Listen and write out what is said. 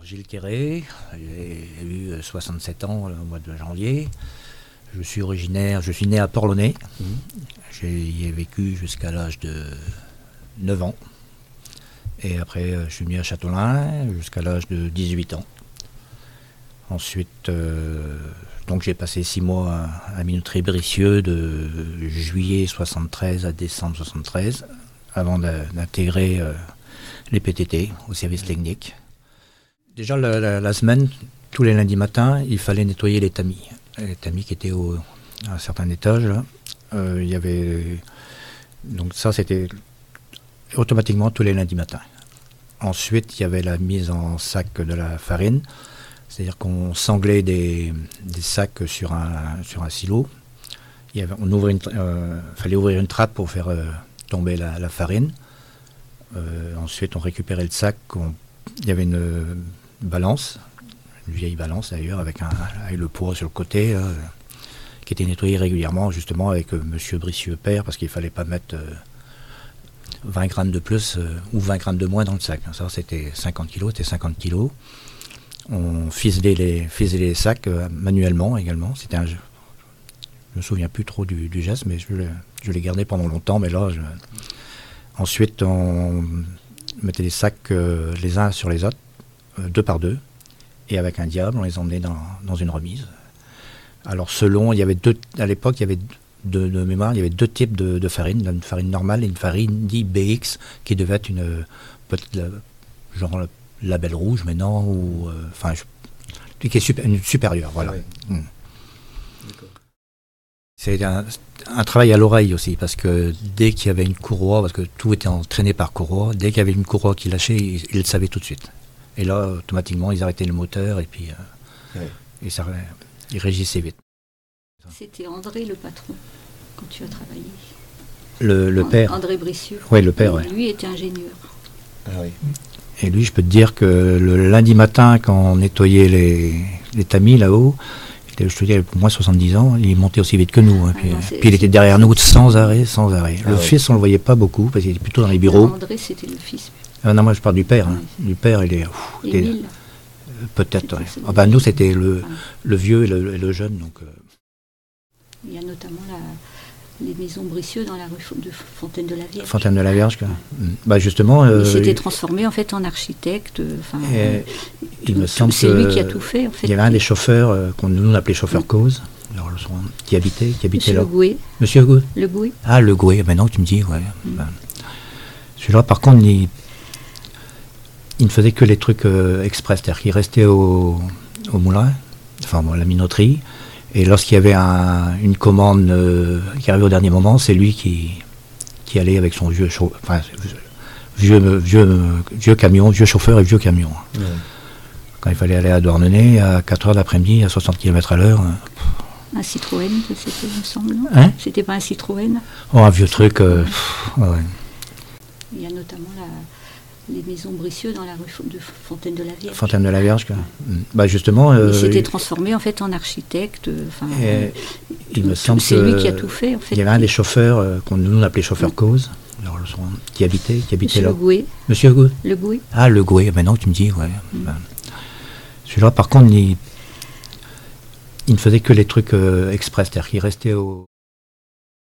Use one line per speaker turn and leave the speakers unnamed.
Gilles Quéré, j'ai eu 67 ans au mois de janvier. Je suis né à Port-Launay. J'y ai vécu jusqu'à l'âge de 9 ans. Et après, je suis venu à Châteaulin jusqu'à l'âge de 18 ans. Ensuite, donc j'ai passé 6 mois à Minoterie Bricieux de juillet 73 à décembre 73, avant d'intégrer les PTT au service technique. Déjà la semaine, tous les lundis matins, il fallait nettoyer les tamis. Les tamis qui étaient à un certain étage. Là. Il y avait, donc ça, c'était automatiquement tous les lundis matins. Ensuite, il y avait la mise en sac de la farine. C'est-à-dire qu'on sanglait des sacs sur un silo. Il fallait ouvrir une trappe pour faire tomber la farine. Ensuite, on récupérait le sac. Il y avait une balance, une vieille balance d'ailleurs, avec le poids sur le côté, qui était nettoyé régulièrement, justement avec Monsieur Bricieux père, parce qu'il ne fallait pas mettre 20 grammes de plus ou 20 grammes de moins dans le sac. Ça, c'était 50 kilos, c'était 50 kilos. On fiselait les sacs manuellement également. Je ne me souviens plus trop du geste, mais je l'ai gardé pendant longtemps. Mais là, ensuite, on mettait les sacs les uns sur les autres, 2 par 2, et avec un diable, on les emmenait dans une remise. Alors à l'époque, il y avait de mémoire, il y avait 2 types de farine, une farine normale et une farine dite BX, qui devait être genre label rouge maintenant, ou qui est une supérieure, voilà. Ouais. C'est un travail à l'oreille aussi, parce que dès qu'il y avait une courroie, parce que tout était entraîné par courroie, dès qu'il y avait une courroie qui lâchait, ils le savaient tout de suite. Et là, automatiquement, ils arrêtaient le moteur, et puis ils régissaient vite.
C'était André le patron, quand tu as travaillé.
Le père.
André Bricieux.
Oui, le père, oui.
Lui était ingénieur.
Ah oui. Et lui, je peux te dire que le lundi matin, quand on nettoyait les tamis là-haut, je te dis, pour moi, 70 ans, il montait aussi vite que nous. Hein, puis il était derrière nous sans arrêt. Le fils, on ne le voyait pas beaucoup, parce qu'il était plutôt dans les bureaux.
André, c'était le fils.
Non, moi, je parle du père. Hein. Du père, il est... peut-être, ouais. Nous, c'était le vieux et le jeune. Donc,
Il y a notamment les maisons Bricieux dans la rue de Fontaine de la Vierge.
Fontaine de la Vierge, quoi. Justement...
il s'était transformé, en fait, en architecte.
Il me semble
c'est lui qui a tout fait, en fait.
Il y avait un des chauffeurs, qu'on appelait chauffeur cause, qui habitait
Monsieur
là.
Le Gouet.
Monsieur Le Gouet.
Le Gouet.
Ah, Le Gouet, maintenant tu me dis, ouais. Celui-là, par contre, il ne faisait que les trucs express, c'est-à-dire qu'il restait au moulin, la minoterie, et lorsqu'il y avait une commande qui arrivait au dernier moment, c'est lui qui allait avec son vieux camion, vieux chauffeur et vieux camion. Ouais. Quand il fallait aller à Douarnenez, à 4h d'après-midi, à 60 km/h.
Un Citroën, c'était, il me semble, non ?
Hein ?
C'était pas un Citroën ?
Oh, un vieux truc. Ouais.
Il y a notamment les maisons Bricieux dans la rue de Fontaine de la Vierge.
Fontaine de la Vierge, quoi. Justement...
il s'était transformé, en fait, en architecte.
Il me semble
c'est lui qui a tout fait, en fait.
Il y avait un des chauffeurs, qu'on appelait chauffeur cause, qui habitait
Monsieur
là.
Le Gouet.
Monsieur Le Gouet.
Le Gouet.
Ah, Le Gouet, maintenant tu me dis, ouais. Celui-là, par contre, il ne faisait que les trucs express, c'est-à-dire qu'il restait au...